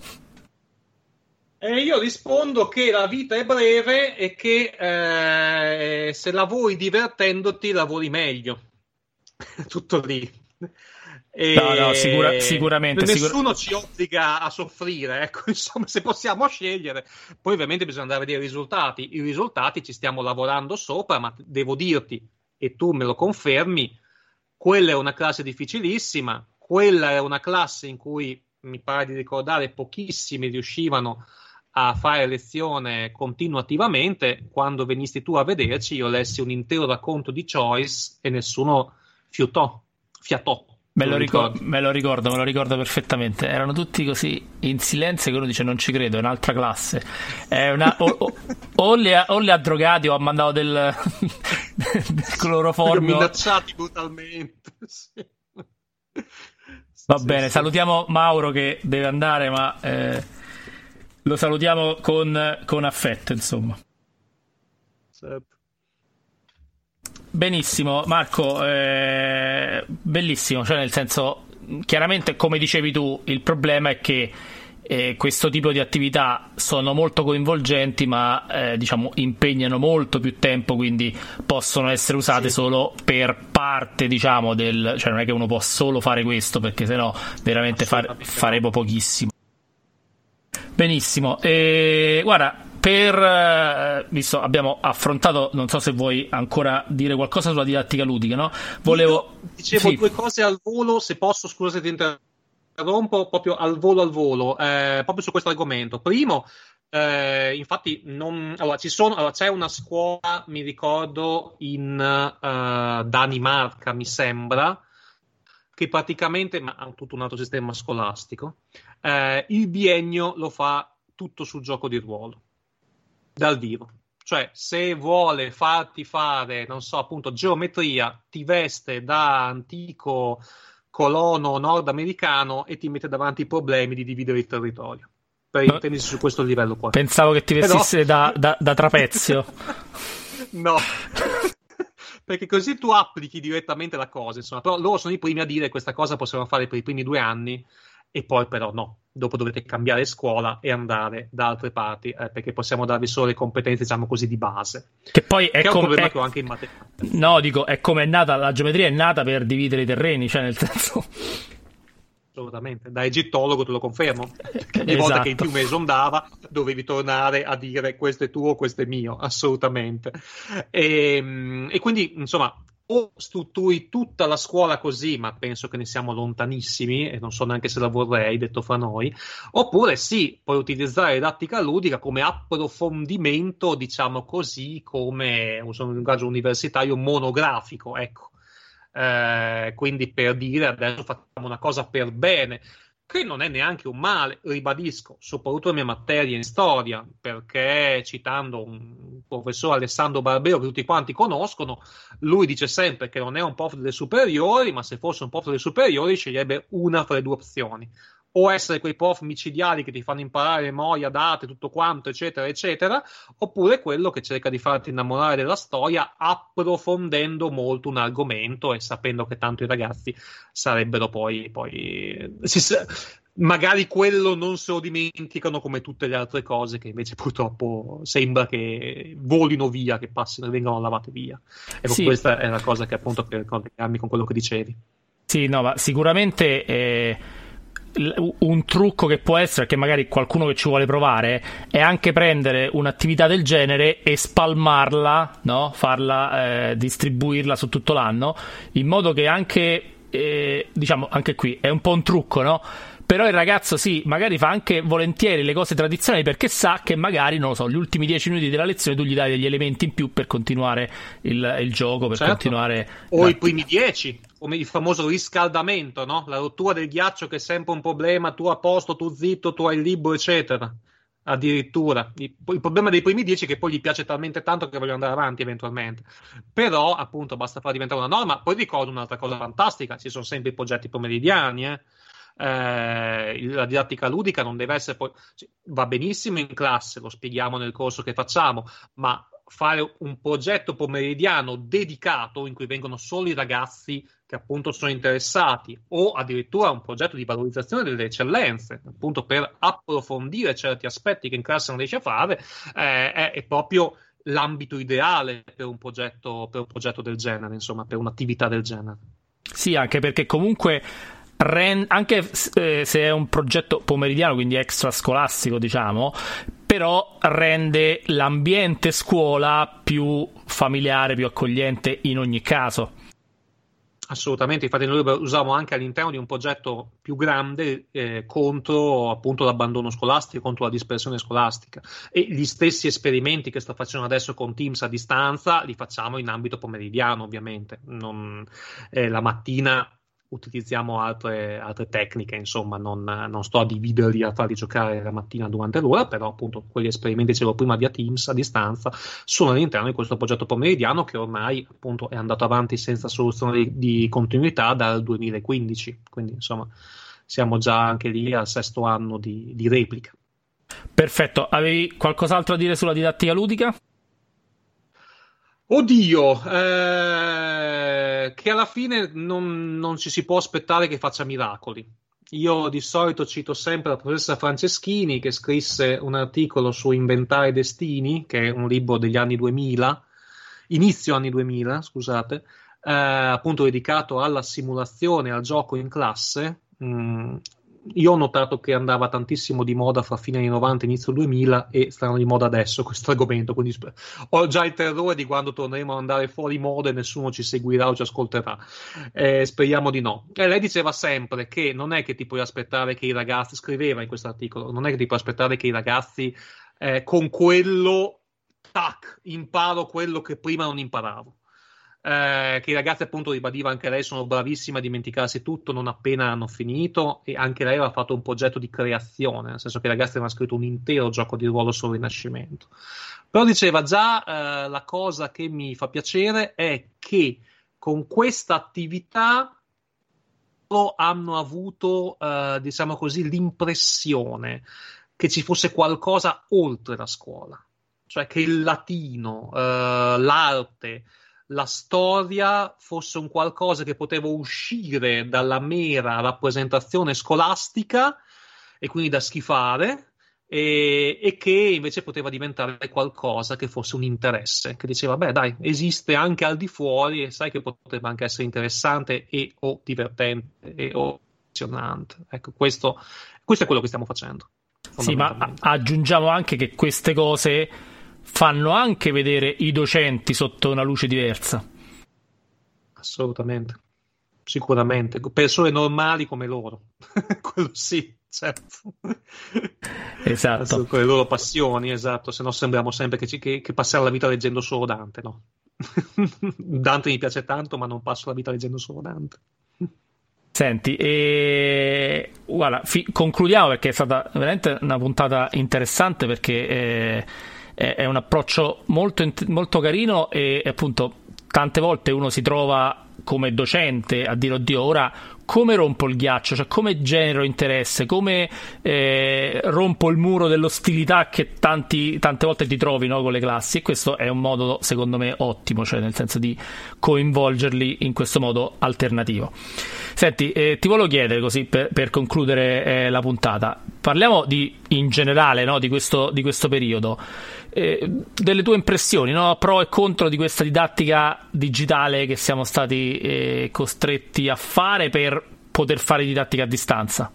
Speaker 2: E io rispondo che la vita è breve e che eh, se lavori divertendoti lavori meglio. Tutto lì. E
Speaker 1: no, no, sicura, sicuramente
Speaker 2: nessuno
Speaker 1: sicur-
Speaker 2: ci obbliga a soffrire, ecco, insomma, se possiamo scegliere. Poi ovviamente bisogna andare a vedere i risultati. I risultati ci stiamo lavorando sopra, ma devo dirti, e tu me lo confermi, quella è una classe difficilissima, quella è una classe in cui mi pare di ricordare pochissimi riuscivano a fare lezione continuativamente. Quando venisti tu a vederci io lessi un intero racconto di Choice e nessuno fiutò, fiatò.
Speaker 1: Me lo, ricordo, me lo ricordo, me lo ricordo perfettamente. Erano tutti così in silenzio che uno dice non ci credo, è un'altra classe. È una, o, o, o, li ha, o li ha drogati o ha mandato del, del cloroformio.
Speaker 2: Minacciati brutalmente. Sì.
Speaker 1: Va
Speaker 2: sì,
Speaker 1: bene,
Speaker 2: sì.
Speaker 1: Salutiamo Mauro che deve andare, ma eh, lo salutiamo con, con affetto, insomma.
Speaker 2: Certo.
Speaker 1: Benissimo, Marco, eh, bellissimo, cioè nel senso, chiaramente come dicevi tu, il problema è che eh, questo tipo di attività sono molto coinvolgenti, ma eh, diciamo impegnano molto più tempo, quindi possono essere usate sì. solo per parte, diciamo, del, cioè non è che uno può solo fare questo, perché sennò veramente fare, farebbe pochissimo. Benissimo, e guarda, per visto abbiamo affrontato, non so se vuoi ancora dire qualcosa sulla didattica ludica, no? Volevo
Speaker 2: Io dicevo
Speaker 1: sì.
Speaker 2: due cose al volo, se posso, scusa se ti interrompo, proprio al volo al volo, eh, proprio su questo argomento. Primo, eh, infatti non, allora, ci sono, allora, c'è una scuola, mi ricordo in uh, Danimarca, mi sembra, che praticamente, ma ha tutto un altro sistema scolastico, eh, il biennio lo fa tutto sul gioco di ruolo, dal vivo. Cioè, se vuole farti fare, non so, appunto, geometria, ti veste da antico colono nordamericano e ti mette davanti i problemi di dividere il territorio. Per no, intendersi su questo livello qua.
Speaker 1: Pensavo che ti vestisse Però... da, da, da trapezio.
Speaker 2: No. Perché così tu applichi direttamente la cosa, insomma. Però loro sono i primi a dire che questa cosa possiamo fare per i primi due anni e poi però no, dopo dovete cambiare scuola e andare da altre parti, eh, perché possiamo darvi solo le competenze, diciamo così, di base.
Speaker 1: Che poi è,
Speaker 2: che è
Speaker 1: com-
Speaker 2: un problema
Speaker 1: è...
Speaker 2: che ho anche in matematica.
Speaker 1: No, dico, è come è nata, la geometria è nata per dividere i terreni, cioè nel senso...
Speaker 2: Assolutamente, da egittologo te lo confermo, perché ogni
Speaker 1: esatto.
Speaker 2: volta che il fiume esondava dovevi tornare a dire questo è tuo, questo è mio, assolutamente. E, e quindi, insomma, o strutturi tutta la scuola così, ma penso che ne siamo lontanissimi e non so neanche se la vorrei, detto fra noi, oppure sì, puoi utilizzare didattica ludica come approfondimento, diciamo così, come uso un linguaggio universitario monografico, ecco. Eh, quindi per dire adesso facciamo una cosa per bene, che non è neanche un male, ribadisco, soprattutto la mia materia in storia, perché citando un professore Alessandro Barbero che tutti quanti conoscono, lui dice sempre che non è un prof delle superiori, ma se fosse un prof delle superiori sceglierebbe una fra le due opzioni: o essere quei prof micidiali che ti fanno imparare memoria, date, tutto quanto, eccetera, eccetera, oppure quello che cerca di farti innamorare della storia approfondendo molto un argomento e sapendo che tanto i ragazzi sarebbero poi... poi si, magari quello non se lo dimenticano come tutte le altre cose che invece purtroppo sembra che volino via, che passino e vengano lavate via. Ecco, sì. Questa è la cosa che appunto per collegarmi con quello che dicevi.
Speaker 1: Sì, no, ma sicuramente... Eh... un trucco che può essere, che magari qualcuno che ci vuole provare, è anche prendere un'attività del genere e spalmarla, no? Farla, eh, distribuirla su tutto l'anno, in modo che anche, eh, diciamo, anche qui è un po' un trucco, no? Però il ragazzo sì, magari fa anche volentieri le cose tradizionali perché sa che magari, non lo so, gli ultimi dieci minuti della lezione tu gli dai degli elementi in più per continuare il, il gioco, per certo. continuare...
Speaker 2: O i primi dieci, come il famoso riscaldamento, no? La rottura del ghiaccio che è sempre un problema, tu a posto, tu zitto, tu hai il libro, eccetera. Addirittura. Il, il problema dei primi dieci è che poi gli piace talmente tanto che vogliono andare avanti eventualmente. Però, appunto, basta farla diventare una norma. Poi ricordo un'altra cosa fantastica, ci sono sempre i progetti pomeridiani, eh. Eh, la didattica ludica non deve essere poi, va benissimo in classe, lo spieghiamo nel corso che facciamo, ma fare un progetto pomeridiano dedicato in cui vengono solo i ragazzi che appunto sono interessati, o addirittura un progetto di valorizzazione delle eccellenze, appunto per approfondire certi aspetti che in classe non riesce a fare, eh, è, è proprio l'ambito ideale per un progetto, per un progetto del genere, insomma, per un'attività del genere.
Speaker 1: Sì, anche perché comunque anche eh, se è un progetto pomeridiano, quindi extrascolastico, diciamo, però rende l'ambiente scuola più familiare, più accogliente in ogni caso.
Speaker 2: Assolutamente, infatti noi lo usiamo anche all'interno di un progetto più grande eh, contro appunto l'abbandono scolastico, contro la dispersione scolastica, e gli stessi esperimenti che sto facendo adesso con Teams a distanza li facciamo in ambito pomeridiano, ovviamente. Non, eh, la mattina utilizziamo altre, altre tecniche, insomma, non, non sto a dividerli, a farli giocare la mattina durante l'ora, però appunto quegli esperimenti, dicevo prima, via Teams a distanza sono all'interno di questo progetto pomeridiano che ormai appunto è andato avanti senza soluzione di, di continuità dal duemilaquindici, quindi insomma siamo già anche lì al sesto anno di, di replica.
Speaker 1: Perfetto, avevi qualcos'altro da dire sulla didattica ludica?
Speaker 2: Oddio, eh, che alla fine non, non ci si può aspettare che faccia miracoli. io di solito cito sempre la professoressa Franceschini, che scrisse un articolo su Inventare Destini, che è un libro degli anni duemila, inizio anni duemila, scusate, eh, appunto dedicato alla simulazione, al gioco in classe. Mm, io ho notato che andava tantissimo di moda fra fine anni novanta e inizio duemila, e stanno di moda adesso questo argomento, quindi sp- ho già il terrore di quando torneremo ad andare fuori moda e nessuno ci seguirà o ci ascolterà. Eh, speriamo di no. E lei diceva sempre che non è che ti puoi aspettare che i ragazzi, scriveva in questo articolo, non è che ti puoi aspettare che i ragazzi eh, con quello, tac, imparo quello che prima non imparavo. Eh, che i ragazzi, appunto, ribadiva anche lei, sono bravissimi a dimenticarsi tutto non appena hanno finito, e anche lei aveva fatto un progetto di creazione, nel senso che i ragazzi avevano scritto un intero gioco di ruolo sul Rinascimento. Però diceva già, eh, la cosa che mi fa piacere è che con questa attività hanno avuto, eh, diciamo così, l'impressione che ci fosse qualcosa oltre la scuola, cioè che il latino, eh, l'arte, la storia fosse un qualcosa che poteva uscire dalla mera rappresentazione scolastica e quindi da schifare, e, e che invece poteva diventare qualcosa che fosse un interesse, che diceva, beh dai, esiste anche al di fuori e sai che potrebbe anche essere interessante e o divertente e o emozionante. Ecco, questo, questo è quello che stiamo facendo.
Speaker 1: Sì, ma aggiungiamo anche che queste cose fanno anche vedere i docenti sotto una luce diversa.
Speaker 2: Assolutamente, sicuramente, persone normali come loro. Quello sì, certo.
Speaker 1: Esatto.
Speaker 2: Con le loro passioni, esatto, se no sembriamo sempre che, ci, che, che passiamo la vita leggendo solo Dante, no? Dante mi piace tanto, ma non passo la vita leggendo solo Dante.
Speaker 1: Senti, e guarda, fi- concludiamo, perché è stata veramente una puntata interessante, perché eh, è, è un approccio molto, molto carino, e appunto tante volte uno si trova come docente a dire, oddio, ora come rompo il ghiaccio, cioè come genero interesse, come eh, rompo il muro dell'ostilità che tanti, tante volte ti trovi, no, con le classi, e questo è un modo secondo me ottimo, cioè nel senso di coinvolgerli in questo modo alternativo. Senti, eh, ti volevo chiedere, così per, per concludere eh, la puntata, parliamo di, in generale, no, di questo, di questo periodo, eh, delle tue impressioni, no, pro e contro di questa didattica digitale che siamo stati eh, costretti a fare per poter fare didattica a distanza.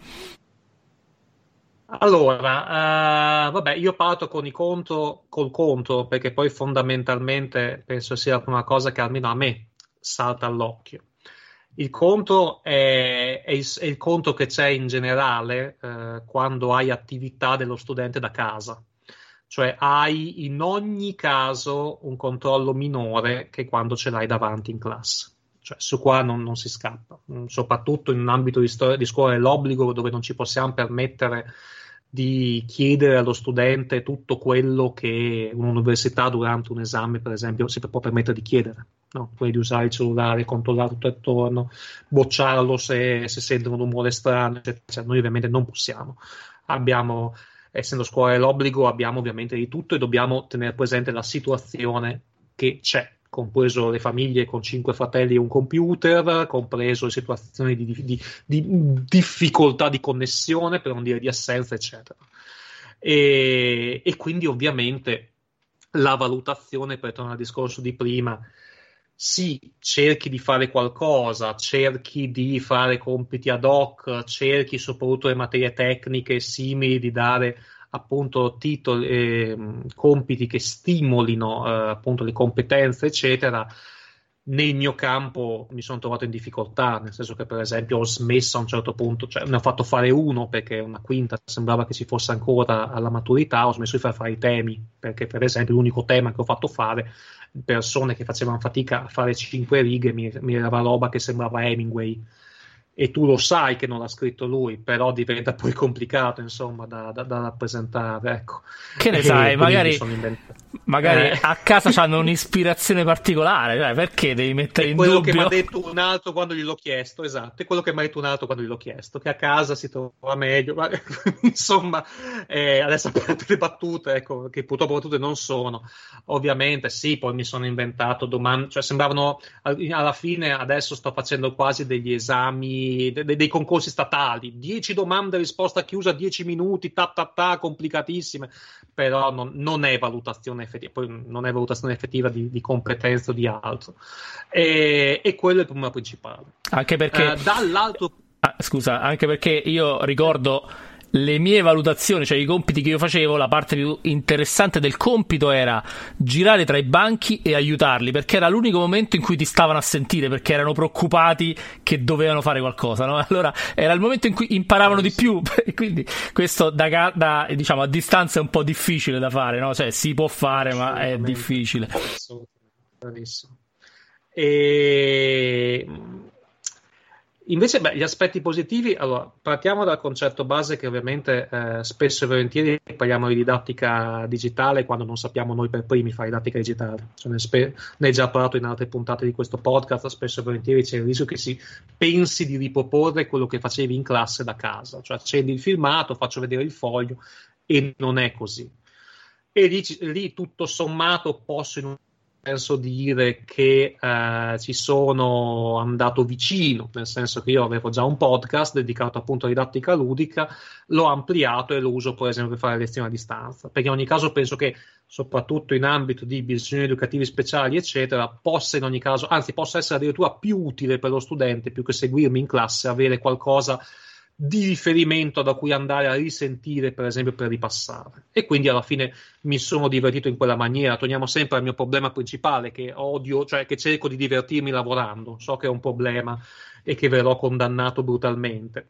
Speaker 2: Allora, uh, vabbè, io parto con i contro, col contro, perché poi fondamentalmente penso sia una cosa che almeno a me salta all'occhio. Il conto è, è, il, è il conto che c'è in generale eh, quando hai attività dello studente da casa, cioè hai in ogni caso un controllo minore che quando ce l'hai davanti in classe, cioè su qua non, non si scappa, soprattutto in un ambito di, storia, di scuola dell'obbligo, dove non ci possiamo permettere di chiedere allo studente tutto quello che un'università durante un esame, per esempio, si può permettere di chiedere, no? Quindi di usare il cellulare, controllare tutto attorno, bocciarlo se, se sente un rumore strano, eccetera. Noi ovviamente non possiamo. Abbiamo, essendo scuola dell'obbligo, abbiamo ovviamente di tutto e dobbiamo tenere presente la situazione che c'è, compreso le famiglie con cinque fratelli e un computer, compreso le situazioni di, di, di difficoltà di connessione, per non dire di assenza, eccetera. E, e quindi ovviamente la valutazione, per tornare al discorso di prima, sì, cerchi di fare qualcosa, cerchi di fare compiti ad hoc, cerchi soprattutto le materie tecniche simili di dare appunto titoli, eh, compiti che stimolino eh, appunto le competenze, eccetera. Nel mio campo mi sono trovato in difficoltà, nel senso che per esempio ho smesso a un certo punto, cioè ne ho fatto fare uno perché una quinta sembrava che ci fosse ancora alla maturità, ho smesso di far fare i temi, perché per esempio l'unico tema che ho fatto fare, persone che facevano fatica a fare cinque righe, mi, mi era roba che sembrava Hemingway. E tu lo sai che non l'ha scritto lui, però diventa poi complicato, insomma, da, da, da rappresentare, ecco.
Speaker 1: Che ne e sai, magari, magari
Speaker 2: eh.
Speaker 1: a casa hanno un'ispirazione particolare, cioè perché devi mettere
Speaker 2: è
Speaker 1: in
Speaker 2: quello
Speaker 1: dubbio?
Speaker 2: che mi ha detto un altro quando gliel'ho chiesto, esatto, è quello che mi ha detto un altro quando gliel'ho chiesto, che a casa si trova meglio, ma, insomma, eh, adesso a parte le battute, ecco, che purtroppo battute non sono, ovviamente sì, poi mi sono inventato domande, cioè sembravano, alla fine adesso sto facendo quasi degli esami, de- dei concorsi statali, dieci domande, risposta chiusa, dieci minuti, ta ta ta, complicatissime, però non, non è valutazione effettiva, poi non è valutazione effettiva di, di competenza o di altro, e, e quello è il problema principale.
Speaker 1: Anche perché
Speaker 2: uh, dall'altro
Speaker 1: ah, scusa, anche perché io ricordo le mie valutazioni, cioè i compiti che io facevo, la parte più interessante del compito era girare tra i banchi e aiutarli, perché era l'unico momento in cui ti stavano a sentire, perché erano preoccupati che dovevano fare qualcosa, no? Allora era il momento in cui imparavano di più, quindi questo da, da diciamo a distanza è un po' difficile da fare, no? Cioè si può fare, ma è difficile.
Speaker 2: Bravissimo. E invece, beh, gli aspetti positivi, allora, partiamo dal concetto base che ovviamente eh, spesso e volentieri parliamo di didattica digitale quando non sappiamo noi per primi fare didattica digitale. Cioè, ne, spe- ne hai già parlato in altre puntate di questo podcast, spesso e volentieri c'è il rischio che si pensi di riproporre quello che facevi in classe da casa, cioè accendi il filmato, faccio vedere il foglio, e non è così. E lì, lì tutto sommato posso in un senso dire che eh, ci sono andato vicino, nel senso che io avevo già un podcast dedicato appunto a didattica ludica, l'ho ampliato e lo uso per esempio per fare lezioni a distanza, perché in ogni caso penso che soprattutto in ambito di bisogni educativi speciali eccetera possa in ogni caso, anzi possa essere addirittura più utile per lo studente più che seguirmi in classe, avere qualcosa di riferimento da cui andare a risentire, per esempio, per ripassare. E quindi alla fine mi sono divertito in quella maniera. Torniamo sempre al mio problema principale, che odio, cioè che cerco di divertirmi lavorando. So che è un problema e che verrò condannato brutalmente.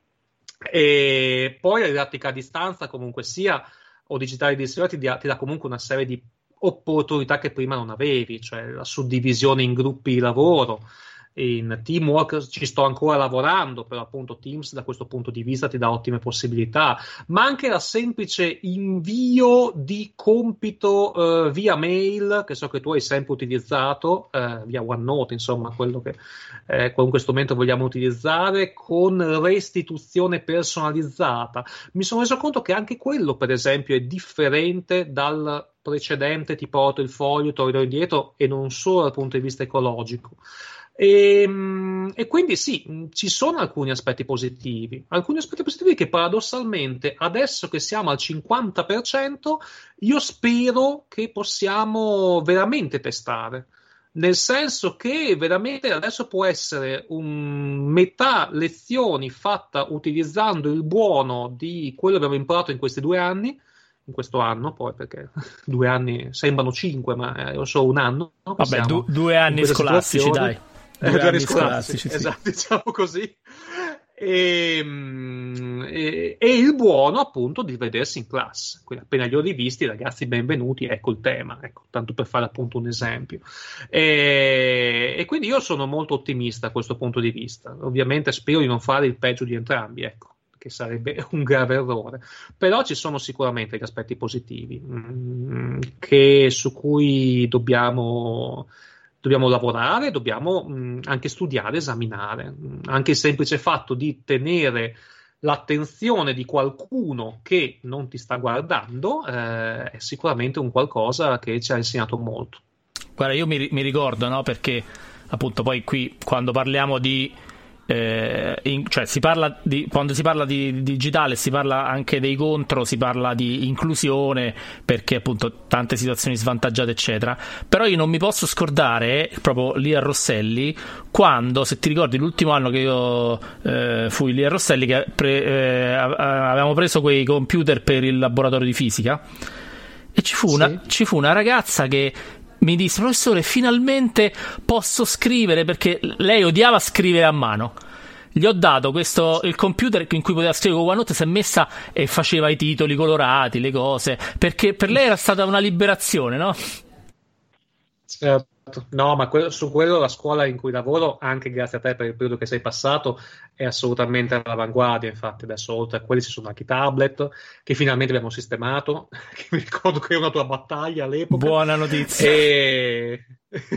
Speaker 2: E poi la didattica a distanza, comunque sia, o digitale distribuita, ti, ti dà comunque una serie di opportunità che prima non avevi, cioè la suddivisione in gruppi di lavoro. In Teamwork ci sto ancora lavorando, però appunto Teams da questo punto di vista ti dà ottime possibilità, ma anche la semplice invio di compito uh, via mail, che so che tu hai sempre utilizzato, uh, via OneNote, insomma, quello che eh, qualunque strumento vogliamo utilizzare, con restituzione personalizzata. Mi sono reso conto che anche quello, per esempio, è differente dal precedente, ti porto il foglio, te lo ridò indietro, e non solo dal punto di vista ecologico. E, e quindi sì, ci sono alcuni aspetti positivi, alcuni aspetti positivi che paradossalmente adesso che siamo al cinquanta per cento io spero che possiamo veramente testare, nel senso che veramente adesso può essere un metà lezioni fatta utilizzando il buono di quello che abbiamo imparato in questi due anni, in questo anno poi, perché due anni sembrano cinque ma è solo un anno, no?
Speaker 1: Vabbè, du- due anni scolastici, dai.
Speaker 2: Due,
Speaker 1: due
Speaker 2: anni
Speaker 1: anni
Speaker 2: scolastici,
Speaker 1: scolastici,
Speaker 2: esatto, sì. Diciamo così. E, e, e il buono appunto di vedersi in classe, quindi appena li ho rivisti, ragazzi, benvenuti, ecco il tema, ecco, tanto per fare appunto un esempio. E, e quindi io sono molto ottimista a questo punto di vista. Ovviamente spero di non fare il peggio di entrambi, ecco, che sarebbe un grave errore, però ci sono sicuramente gli aspetti positivi mh, che, su cui dobbiamo dobbiamo lavorare, dobbiamo mh, anche studiare, esaminare. Anche il semplice fatto di tenere l'attenzione di qualcuno che non ti sta guardando eh, è sicuramente un qualcosa che ci ha insegnato molto.
Speaker 1: Guarda, io mi, mi ricordo, no, perché appunto poi qui quando parliamo di Eh, in, cioè si parla di, quando si parla di, di digitale si parla anche dei contro, si parla di inclusione perché appunto tante situazioni svantaggiate eccetera, però io non mi posso scordare proprio lì a Rosselli, quando, se ti ricordi, l'ultimo anno che io eh, fui lì a Rosselli, che pre, eh, avevamo preso quei computer per il laboratorio di fisica e ci fu, sì. una, ci fu una ragazza che mi disse: professore, finalmente posso scrivere, perché lei odiava scrivere a mano. Gli ho dato questo, il computer in cui poteva scrivere con OneNote, si è messa e faceva i titoli colorati, le cose, perché per lei era stata una liberazione, no?
Speaker 2: Certo, No, ma quello, su quello la scuola in cui lavoro, anche grazie a te per il periodo che sei passato, è assolutamente all'avanguardia. Infatti adesso oltre a quelli ci sono anche i tablet che finalmente abbiamo sistemato, che mi ricordo che era una tua battaglia all'epoca.
Speaker 1: Buona notizia.
Speaker 2: E,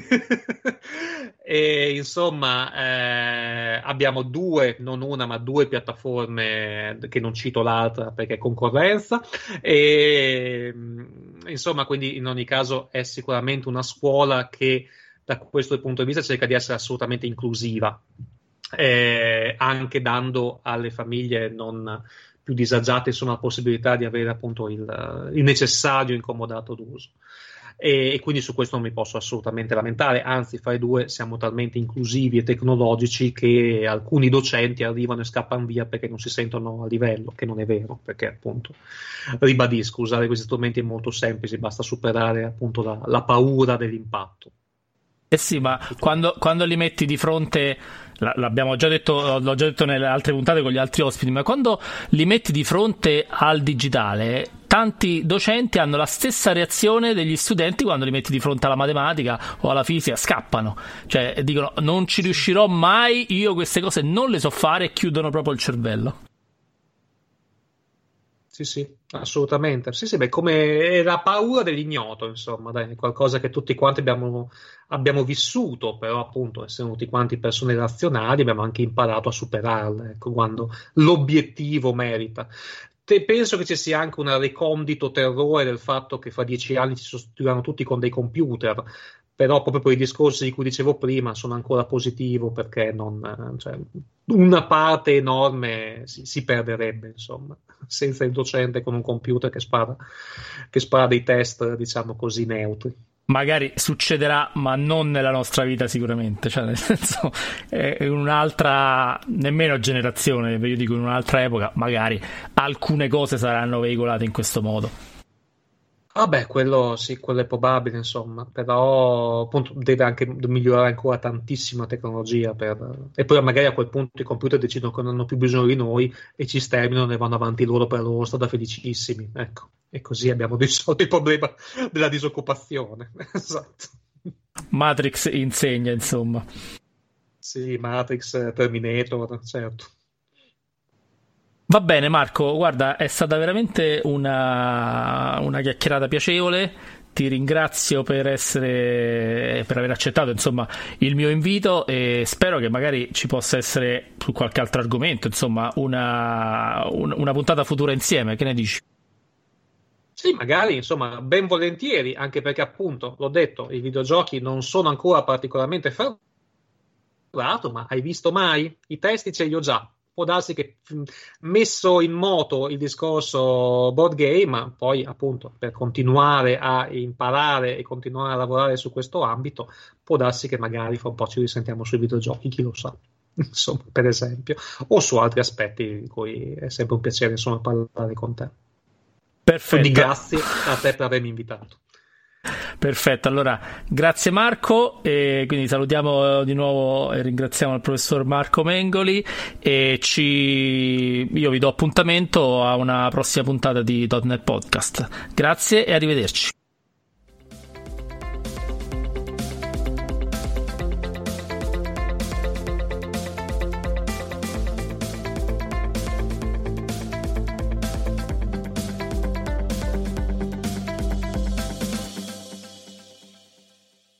Speaker 2: e insomma eh, abbiamo due, non una ma due piattaforme, che non cito l'altra perché è concorrenza, e insomma quindi in ogni caso è sicuramente una scuola che da questo punto di vista cerca di essere assolutamente inclusiva, eh, anche dando alle famiglie non più disagiate insomma la possibilità di avere appunto il, il necessario incomodato d'uso. E, e quindi su questo non mi posso assolutamente lamentare, anzi fra i due siamo talmente inclusivi e tecnologici che alcuni docenti arrivano e scappano via perché non si sentono a livello, che non è vero, perché appunto ribadisco, usare questi strumenti è molto semplice, basta superare appunto la, la paura dell'impatto.
Speaker 1: Eh sì, ma quando, quando li metti di fronte, l'abbiamo già detto, l'ho già detto nelle altre puntate con gli altri ospiti, ma quando li metti di fronte al digitale, tanti docenti hanno la stessa reazione degli studenti quando li metti di fronte alla matematica o alla fisica, scappano, cioè dicono non ci riuscirò mai, io queste cose non le so fare, e chiudono proprio il cervello.
Speaker 2: Sì, sì, assolutamente. Sì, sì, beh, come la paura dell'ignoto, insomma, dai, è qualcosa che tutti quanti abbiamo, abbiamo vissuto, però appunto, essendo tutti quanti persone razionali, abbiamo anche imparato a superarla, ecco, quando l'obiettivo merita. Te, penso che ci sia anche un recondito terrore del fatto che fra dieci anni ci sostituiranno tutti con dei computer, però proprio per i discorsi di cui dicevo prima sono ancora positivo, perché non, cioè, una parte enorme si, si perderebbe, insomma, senza il docente con un computer che spara, che spara dei test, diciamo così, neutri.
Speaker 1: Magari succederà, ma non nella nostra vita sicuramente, cioè nel senso è un'altra, nemmeno generazione, io dico in un'altra epoca, magari alcune cose saranno veicolate in questo modo.
Speaker 2: Vabbè, quello sì, quello è probabile, insomma, però appunto deve anche migliorare ancora tantissima tecnologia per... e poi magari a quel punto i computer decidono che non hanno più bisogno di noi e ci sterminano e vanno avanti loro per la loro strada felicissimi, ecco, e così abbiamo risolto il problema della disoccupazione. Esatto.
Speaker 1: Matrix insegna, insomma.
Speaker 2: Sì, Matrix, Terminator, certo.
Speaker 1: Va bene Marco, guarda, è stata veramente una, una chiacchierata piacevole, ti ringrazio per essere, per aver accettato insomma il mio invito, e spero che magari ci possa essere su qualche altro argomento, insomma una, un, una puntata futura insieme, che ne dici?
Speaker 2: Sì, magari, insomma, ben volentieri, anche perché appunto, l'ho detto, i videogiochi non sono ancora particolarmente ferrato, ma hai visto mai? I testi ce li ho già. Può darsi che messo in moto il discorso board game, poi appunto per continuare a imparare e continuare a lavorare su questo ambito, può darsi che magari fra un po' ci risentiamo sui videogiochi, chi lo sa, insomma, per esempio, o su altri aspetti di cui è sempre un piacere insomma parlare con te.
Speaker 1: Perfetto.
Speaker 2: Quindi grazie a te per avermi invitato.
Speaker 1: Perfetto, allora grazie Marco, e quindi salutiamo di nuovo e ringraziamo il professor Marco Mengoli, e ci io vi do appuntamento a una prossima puntata di .NET Podcast. Grazie e arrivederci.